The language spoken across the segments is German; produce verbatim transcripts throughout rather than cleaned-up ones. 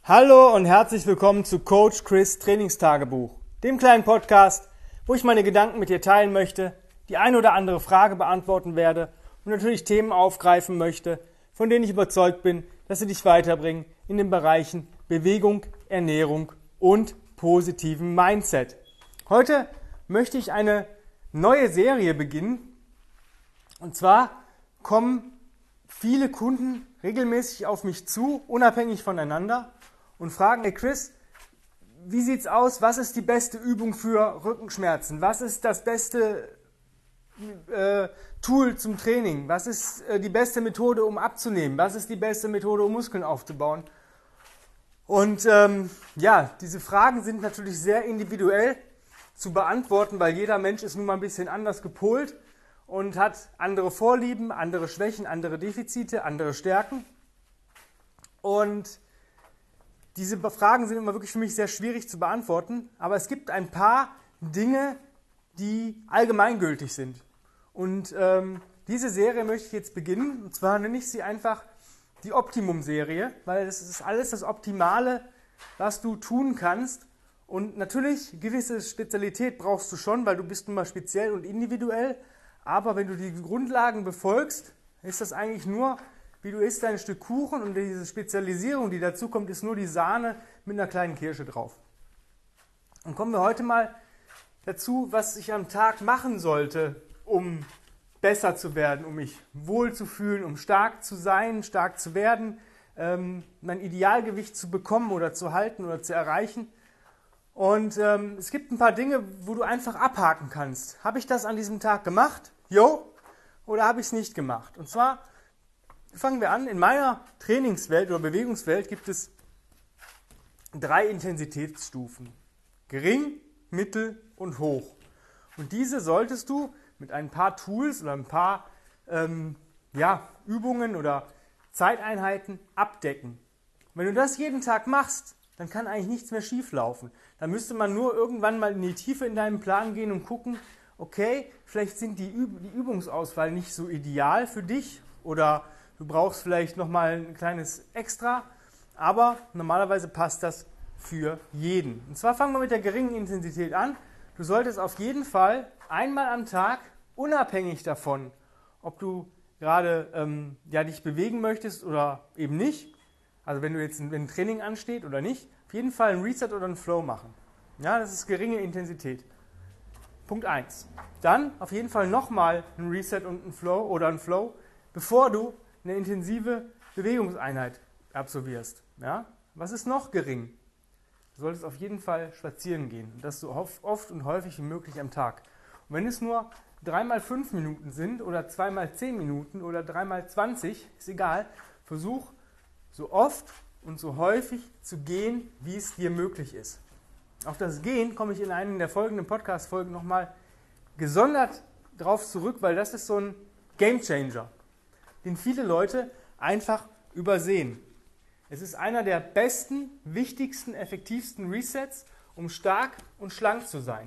Hallo und herzlich willkommen zu Coach Chris Trainingstagebuch, dem kleinen Podcast, wo ich meine Gedanken mit dir teilen möchte, die eine oder andere Frage beantworten werde und natürlich Themen aufgreifen möchte, von denen ich überzeugt bin, dass sie dich weiterbringen in den Bereichen Bewegung, Ernährung und positiven Mindset. Heute möchte ich eine neue Serie beginnen, und zwar kommen viele Kunden regelmäßig auf mich zu, unabhängig voneinander, und fragen, hey Chris, wie sieht's aus? Was ist die beste Übung für Rückenschmerzen? Was ist das beste äh, Tool zum Training? Was ist äh, die beste Methode, um abzunehmen? Was ist die beste Methode, um Muskeln aufzubauen? Und ähm, ja, diese Fragen sind natürlich sehr individuell zu beantworten, weil jeder Mensch ist nun mal ein bisschen anders gepolt und hat andere Vorlieben, andere Schwächen, andere Defizite, andere Stärken. Und diese Fragen sind immer wirklich für mich sehr schwierig zu beantworten, aber es gibt ein paar Dinge, die allgemeingültig sind. Und ähm, diese Serie möchte ich jetzt beginnen, und zwar nenne ich sie einfach die Optimum-Serie, weil das ist alles das Optimale, was du tun kannst. Und natürlich, gewisse Spezialität brauchst du schon, weil du bist nun mal speziell und individuell, aber wenn du die Grundlagen befolgst, ist das eigentlich nur, wie du isst ein Stück Kuchen, und diese Spezialisierung, die dazu kommt, ist nur die Sahne mit einer kleinen Kirsche drauf. Und kommen wir heute mal dazu, was ich am Tag machen sollte, um besser zu werden, um mich wohl zu fühlen, um stark zu sein, stark zu werden, ähm, mein Idealgewicht zu bekommen oder zu halten oder zu erreichen. Und ähm, es gibt ein paar Dinge, wo du einfach abhaken kannst. Habe ich das an diesem Tag gemacht? Jo. Oder habe ich es nicht gemacht? Und zwar fangen wir an. In meiner Trainingswelt oder Bewegungswelt gibt es drei Intensitätsstufen. Gering, mittel und hoch. Und diese solltest du mit ein paar Tools oder ein paar ähm, ja, Übungen oder Zeiteinheiten abdecken. Und wenn du das jeden Tag machst, dann kann eigentlich nichts mehr schief laufen. Dann müsste man nur irgendwann mal in die Tiefe in deinem Plan gehen und gucken, okay, vielleicht sind die, Üb- die Übungsauswahl nicht so ideal für dich oder du brauchst vielleicht nochmal ein kleines Extra, aber normalerweise passt das für jeden. Und zwar fangen wir mit der geringen Intensität an. Du solltest auf jeden Fall einmal am Tag, unabhängig davon, ob du gerade ähm, ja, dich bewegen möchtest oder eben nicht, also wenn du jetzt ein, wenn ein Training ansteht oder nicht, auf jeden Fall einen Reset oder einen Flow machen. Ja, das ist geringe Intensität. Punkt eins. Dann auf jeden Fall nochmal ein Reset und ein Flow oder ein Flow, bevor du eine intensive Bewegungseinheit absolvierst. Ja? Was ist noch gering? Du solltest auf jeden Fall spazieren gehen. Und das so oft und häufig wie möglich am Tag. Und wenn es nur drei mal fünf Minuten sind oder zwei mal zehn Minuten oder drei mal zwanzig, ist egal, versuch so oft und so häufig zu gehen, wie es dir möglich ist. Auf das Gehen komme ich in einer der folgenden Podcast-Folgen nochmal gesondert drauf zurück, weil das ist so ein Gamechanger, den viele Leute einfach übersehen. Es ist einer der besten, wichtigsten, effektivsten Resets, um stark und schlank zu sein.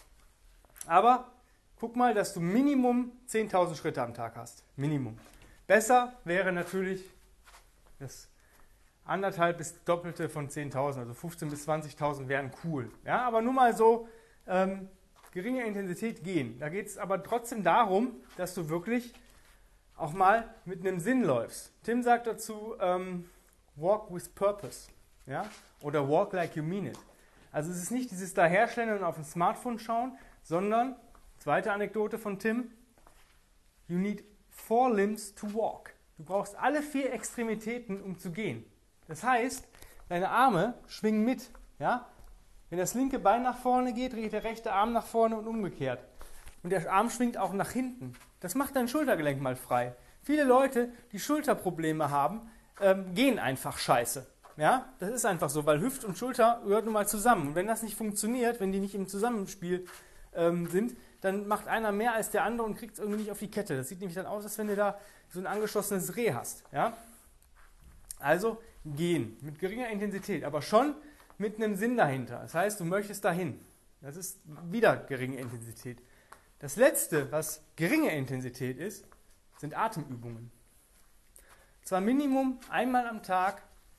Aber guck mal, dass du Minimum zehntausend Schritte am Tag hast. Minimum. Besser wäre natürlich das anderthalb bis Doppelte von zehntausend, also fünfzehntausend bis zwanzigtausend wären cool. Ja, aber nur mal so ähm, geringe Intensität gehen. Da geht es aber trotzdem darum, dass du wirklich auch mal mit einem Sinn läufst. Tim sagt dazu, ähm, walk with purpose, ja? Oder walk like you mean it. Also es ist nicht dieses Daherschlendern und auf dem Smartphone schauen, sondern, zweite Anekdote von Tim, you need four limbs to walk. Du brauchst alle vier Extremitäten, um zu gehen. Das heißt, deine Arme schwingen mit. Ja? Wenn das linke Bein nach vorne geht, dreht der rechte Arm nach vorne und umgekehrt. Und der Arm schwingt auch nach hinten. Das macht dein Schultergelenk mal frei. Viele Leute, die Schulterprobleme haben, ähm, gehen einfach scheiße. Ja? Das ist einfach so, weil Hüft und Schulter gehört nun mal zusammen. Und wenn das nicht funktioniert, wenn die nicht im Zusammenspiel ähm, sind, dann macht einer mehr als der andere und kriegt es irgendwie nicht auf die Kette. Das sieht nämlich dann aus, als wenn du da so ein angeschossenes Reh hast. Ja? Also gehen mit geringer Intensität, aber schon mit einem Sinn dahinter. Das heißt, du möchtest dahin. Das ist wieder geringe Intensität. Das letzte, was geringe Intensität ist, sind Atemübungen. Zwar Minimum einmal am Tag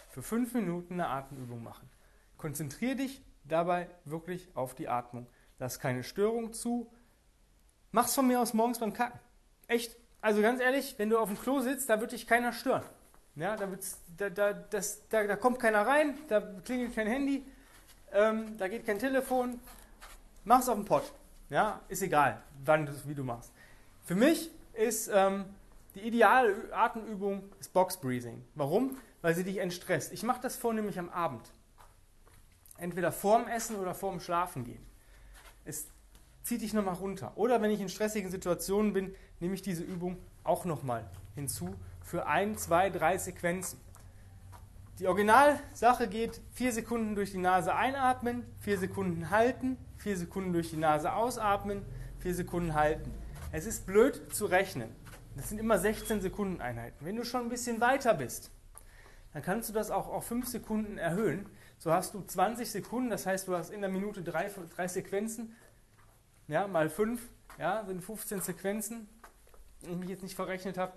für fünf Minuten eine Atemübung machen. Konzentriere dich dabei wirklich auf die Atmung. Lass keine Störung zu. Mach's von mir aus morgens beim Kacken. Echt. Also ganz ehrlich, wenn du auf dem Klo sitzt, da wird dich keiner stören. Ja, da, da, da, das, da, da kommt keiner rein, da klingelt kein Handy, ähm, da geht kein Telefon. Mach's auf dem Pott. Ja, ist egal, wann du, wie du machst. Für mich ist ähm, die ideale Atemübung ist Box Breathing. Warum? Weil sie dich entstresst. Ich mache das vornehmlich am Abend. Entweder vorm Essen oder vorm Schlafen gehen. Es zieht dich nochmal runter. Oder wenn ich in stressigen Situationen bin, nehme ich diese Übung auch nochmal hinzu für ein, zwei, drei Sequenzen. Die Originalsache geht vier Sekunden durch die Nase einatmen, vier Sekunden halten, vier Sekunden durch die Nase ausatmen, vier Sekunden halten. Es ist blöd zu rechnen. Das sind immer sechzehn Sekunden Einheiten. Wenn du schon ein bisschen weiter bist, dann kannst du das auch auf fünf Sekunden erhöhen. So hast du zwanzig Sekunden, das heißt, du hast in der Minute drei, drei Sequenzen, ja, mal fünf, ja, sind fünfzehn Sequenzen, wenn ich mich jetzt nicht verrechnet habe.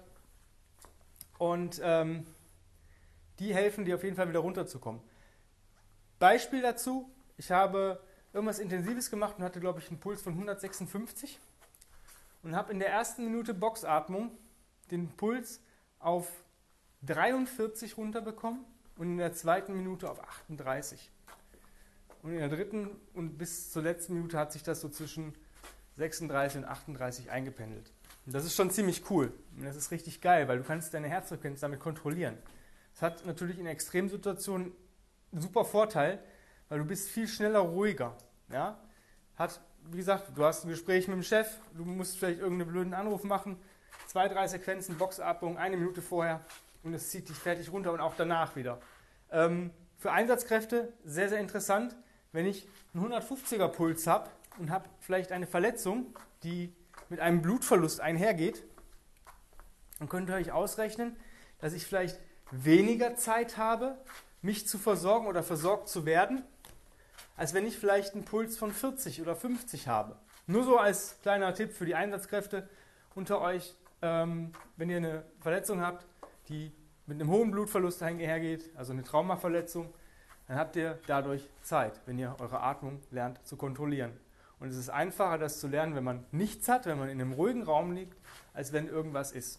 Und ähm, die helfen dir auf jeden Fall wieder runterzukommen. Beispiel dazu, ich habe irgendwas Intensives gemacht und hatte, glaube ich, einen Puls von hundertsechsundfünfzig und habe in der ersten Minute Boxatmung den Puls auf dreiundvierzig runterbekommen und in der zweiten Minute auf achtunddreißig. Und in der dritten und bis zur letzten Minute hat sich das so zwischen sechsunddreißig und achtunddreißig eingependelt. Und das ist schon ziemlich cool. Und das ist richtig geil, weil du kannst deine Herzfrequenz damit kontrollieren. Das hat natürlich in Extremsituationen einen super Vorteil, weil du bist viel schneller ruhiger. Ja? Hat, wie gesagt, du hast ein Gespräch mit dem Chef, du musst vielleicht irgendeinen blöden Anruf machen, zwei, drei Sequenzen Boxatmung, eine Minute vorher und es zieht dich fertig runter und auch danach wieder. Ähm, für Einsatzkräfte sehr, sehr interessant, wenn ich einen hundertfünfziger Puls habe und habe vielleicht eine Verletzung, die mit einem Blutverlust einhergeht, dann könnt ihr euch ausrechnen, dass ich vielleicht weniger Zeit habe, mich zu versorgen oder versorgt zu werden, als wenn ich vielleicht einen Puls von vierzig oder fünfzig habe. Nur so als kleiner Tipp für die Einsatzkräfte unter euch, ähm, wenn ihr eine Verletzung habt, die mit einem hohen Blutverlust einhergeht, also eine Traumaverletzung, dann habt ihr dadurch Zeit, wenn ihr eure Atmung lernt zu kontrollieren. Und es ist einfacher, das zu lernen, wenn man nichts hat, wenn man in einem ruhigen Raum liegt, als wenn irgendwas ist.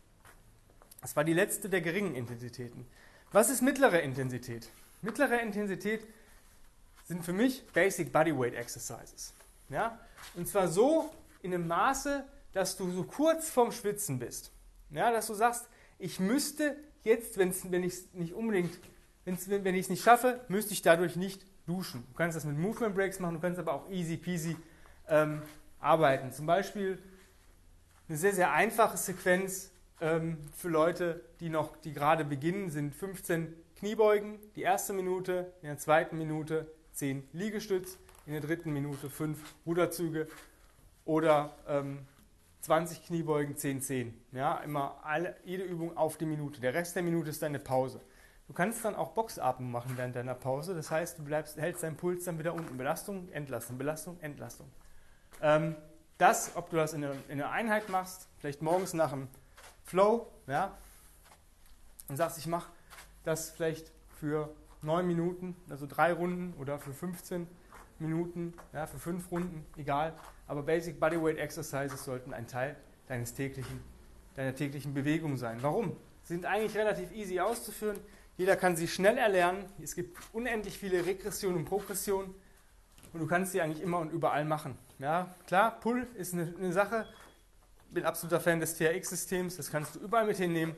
Das war die letzte der geringen Intensitäten. Was ist mittlere Intensität? Mittlere Intensität sind für mich Basic Bodyweight Exercises. Ja? Und zwar so in einem Maße, dass du so kurz vorm Schwitzen bist. Ja, dass du sagst, ich müsste jetzt, wenn's, wenn ich es nicht unbedingt, wenn's, wenn ich es nicht schaffe, müsste ich dadurch nicht duschen. Du kannst das mit Movement Breaks machen, du kannst aber auch easy peasy ähm, arbeiten. Zum Beispiel eine sehr, sehr einfache Sequenz ähm, für Leute, die noch, die gerade beginnen, sind fünfzehn Kniebeugen, die erste Minute, in der zweiten Minute zehn Liegestütz, in der dritten Minute fünf Ruderzüge oder ähm, zwanzig Kniebeugen, zehn zehn. Ja, immer alle, jede Übung auf die Minute. Der Rest der Minute ist deine Pause. Du kannst dann auch Boxatmung machen während deiner Pause. Das heißt, du bleibst, hältst deinen Puls dann wieder unten. Belastung, Entlastung, Belastung, Entlastung. Ähm, das, ob du das in einer Einheit machst, vielleicht morgens nach dem Flow, ja, und sagst, ich mache das vielleicht für neun Minuten, also drei Runden oder für fünfzehn Minuten, ja, für fünf Runden, egal. Aber Basic Bodyweight Exercises sollten ein Teil deines täglichen, deiner täglichen Bewegung sein. Warum? Sie sind eigentlich relativ easy auszuführen. Jeder kann sie schnell erlernen. Es gibt unendlich viele Regressionen und Progressionen und du kannst sie eigentlich immer und überall machen. Ja, klar, Pull ist eine, eine Sache. Ich bin absoluter Fan des T R X-Systems. Das kannst du überall mit hinnehmen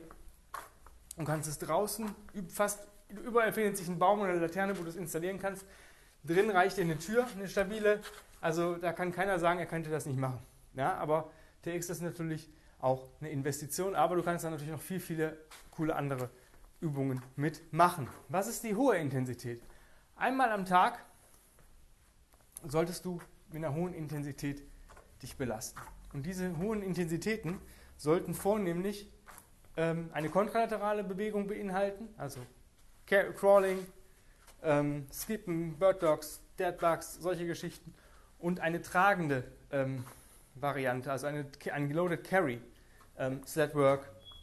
und kannst es draußen, fast überall findet sich ein Baum oder eine Laterne, wo du es installieren kannst. Drin reicht dir eine Tür, eine stabile. Also da kann keiner sagen, er könnte das nicht machen. Ja, aber T R X ist natürlich auch eine Investition, aber du kannst dann natürlich noch viel, viele coole andere Übungen mitmachen. Was ist die hohe Intensität? Einmal am Tag solltest du mit einer hohen Intensität dich belasten. Und diese hohen Intensitäten sollten vornehmlich ähm, eine kontralaterale Bewegung beinhalten, also Crawling, ähm, Skippen, Bird Dogs, Dead Bugs, solche Geschichten und eine tragende ähm, Variante, also eine, ein Loaded Carry, ähm, Sled Work,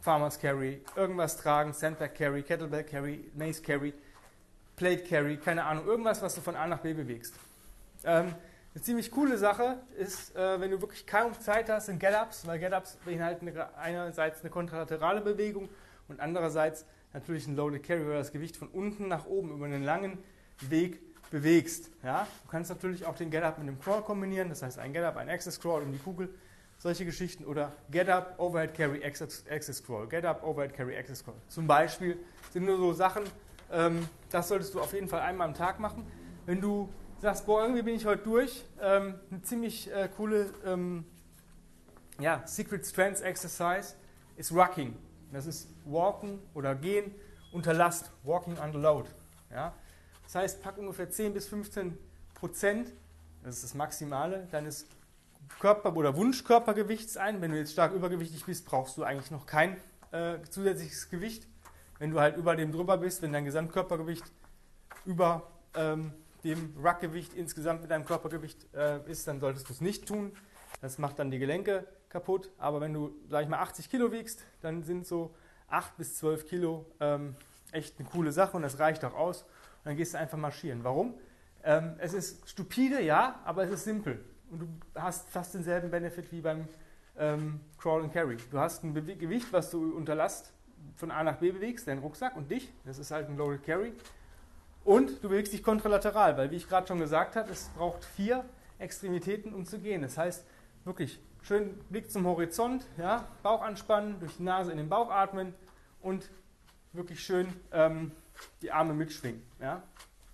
Farmers Carry, irgendwas tragen, Sandbag Carry, Kettlebell Carry, Mace Carry, Plate Carry, keine Ahnung, irgendwas, was du von A nach B bewegst. Ähm, eine ziemlich coole Sache ist, äh, wenn du wirklich kaum Zeit hast, sind Get-Ups, weil Get-Ups beinhalten eine, einerseits eine kontralaterale Bewegung und andererseits natürlich ein Loaded Carry, weil du das Gewicht von unten nach oben über einen langen Weg bewegst. Ja? Du kannst natürlich auch den Get-Up mit einem Crawl kombinieren, das heißt ein Get-Up, ein Access Crawl um die Kugel, solche Geschichten, oder Get-Up, Overhead Carry, Access, Access Crawl, Get-Up, Overhead Carry, Access Crawl. Zum Beispiel sind nur so Sachen, ähm, das solltest du auf jeden Fall einmal am Tag machen. Wenn du sagst, boah, irgendwie bin ich heute durch, ähm, eine ziemlich äh, coole ähm, ja, Secret Strength Exercise ist Rucking. Das ist Walken oder Gehen unter Last, Walking under Load. Ja? Das heißt, pack ungefähr zehn bis fünfzehn Prozent, das ist das Maximale, deines Körper- oder Wunschkörpergewichts ein. Wenn du jetzt stark übergewichtig bist, brauchst du eigentlich noch kein äh, zusätzliches Gewicht. Wenn du halt über dem drüber bist, wenn dein Gesamtkörpergewicht über ähm, dem Ruckgewicht insgesamt mit deinem Körpergewicht äh, ist, dann solltest du es nicht tun. Das macht dann die Gelenke kaputt. Aber wenn du, sag ich mal, achtzig Kilo wiegst, dann sind so acht bis zwölf Kilo ähm, echt eine coole Sache und das reicht auch aus. Und dann gehst du einfach marschieren. Warum? Ähm, es ist stupide, ja, aber es ist simpel. Und du hast fast denselben Benefit wie beim ähm, Crawl and Carry. Du hast ein Bewe- Gewicht, was du unter Last von A nach B bewegst, deinen Rucksack und dich. Das ist halt ein Loaded Carry. Und du bewegst dich kontralateral, weil, wie ich gerade schon gesagt habe, es braucht vier Extremitäten, um zu gehen. Das heißt, wirklich schön Blick zum Horizont, ja, Bauch anspannen, durch die Nase in den Bauch atmen und wirklich schön ähm, die Arme mitschwingen. Ja.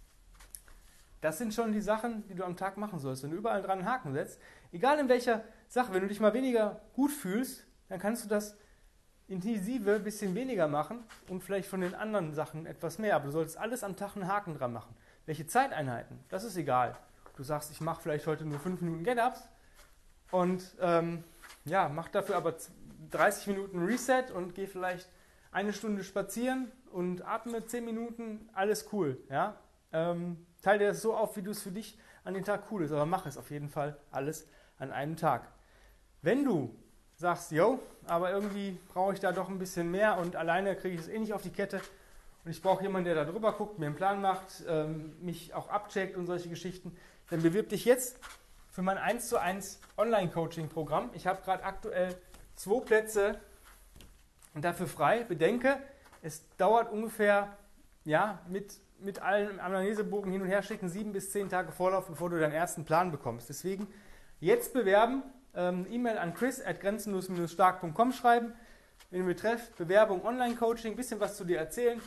Das sind schon die Sachen, die du am Tag machen sollst. Wenn du überall dran einen Haken setzt, egal in welcher Sache, wenn du dich mal weniger gut fühlst, dann kannst du das intensive ein bisschen weniger machen und vielleicht von den anderen Sachen etwas mehr. Aber du solltest alles am Tag einen Haken dran machen. Welche Zeiteinheiten? Das ist egal. Du sagst, ich mache vielleicht heute nur fünf Minuten Get-Ups und ähm, ja, mach dafür aber dreißig Minuten Reset und geh vielleicht eine Stunde spazieren und atme zehn Minuten. Alles cool. Ja? Ähm, teile dir das so auf, wie du es für dich an den Tag cool ist, aber mach es auf jeden Fall alles an einem Tag. Wenn du sagst, yo, aber irgendwie brauche ich da doch ein bisschen mehr und alleine kriege ich es eh nicht auf die Kette und ich brauche jemanden, der da drüber guckt, mir einen Plan macht, ähm, mich auch abcheckt und solche Geschichten, dann bewirb dich jetzt für mein eins zu eins Online-Coaching-Programm. Ich habe gerade aktuell zwei Plätze dafür frei. Bedenke, es dauert ungefähr, ja, mit mit allen Anamnesebogen hin und her schicken, sieben bis zehn Tage Vorlauf, bevor du deinen ersten Plan bekommst. Deswegen jetzt bewerben, ähm, E-Mail an chris at grenzenlos stark punkt com schreiben, in den Betreff Bewerbung Online-Coaching, ein bisschen was zu dir erzählen,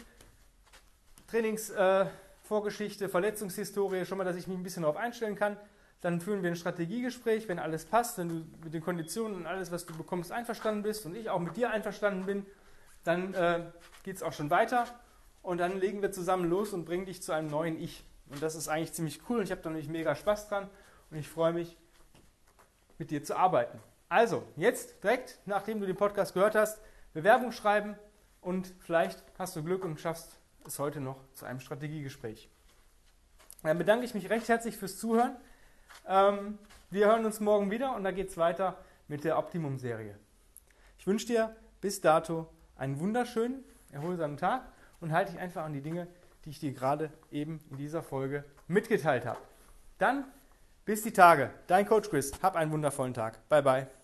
Trainingsvorgeschichte, äh, Verletzungshistorie, schon mal, dass ich mich ein bisschen darauf einstellen kann. Dann führen wir ein Strategiegespräch, wenn alles passt, wenn du mit den Konditionen und alles, was du bekommst, einverstanden bist und ich auch mit dir einverstanden bin, dann äh, geht es auch schon weiter. Und dann legen wir zusammen los und bringen dich zu einem neuen Ich. Und das ist eigentlich ziemlich cool und ich habe da nämlich mega Spaß dran und ich freue mich, mit dir zu arbeiten. Also, jetzt direkt, nachdem du den Podcast gehört hast, Bewerbung schreiben und vielleicht hast du Glück und schaffst es heute noch zu einem Strategiegespräch. Dann bedanke ich mich recht herzlich fürs Zuhören. Ähm, wir hören uns morgen wieder und da geht es weiter mit der Optimum-Serie. Ich wünsche dir bis dato einen wunderschönen, erholsamen Tag und halte dich einfach an die Dinge, die ich dir gerade eben in dieser Folge mitgeteilt habe. Dann bis die Tage. Dein Coach Chris. Hab einen wundervollen Tag. Bye, bye.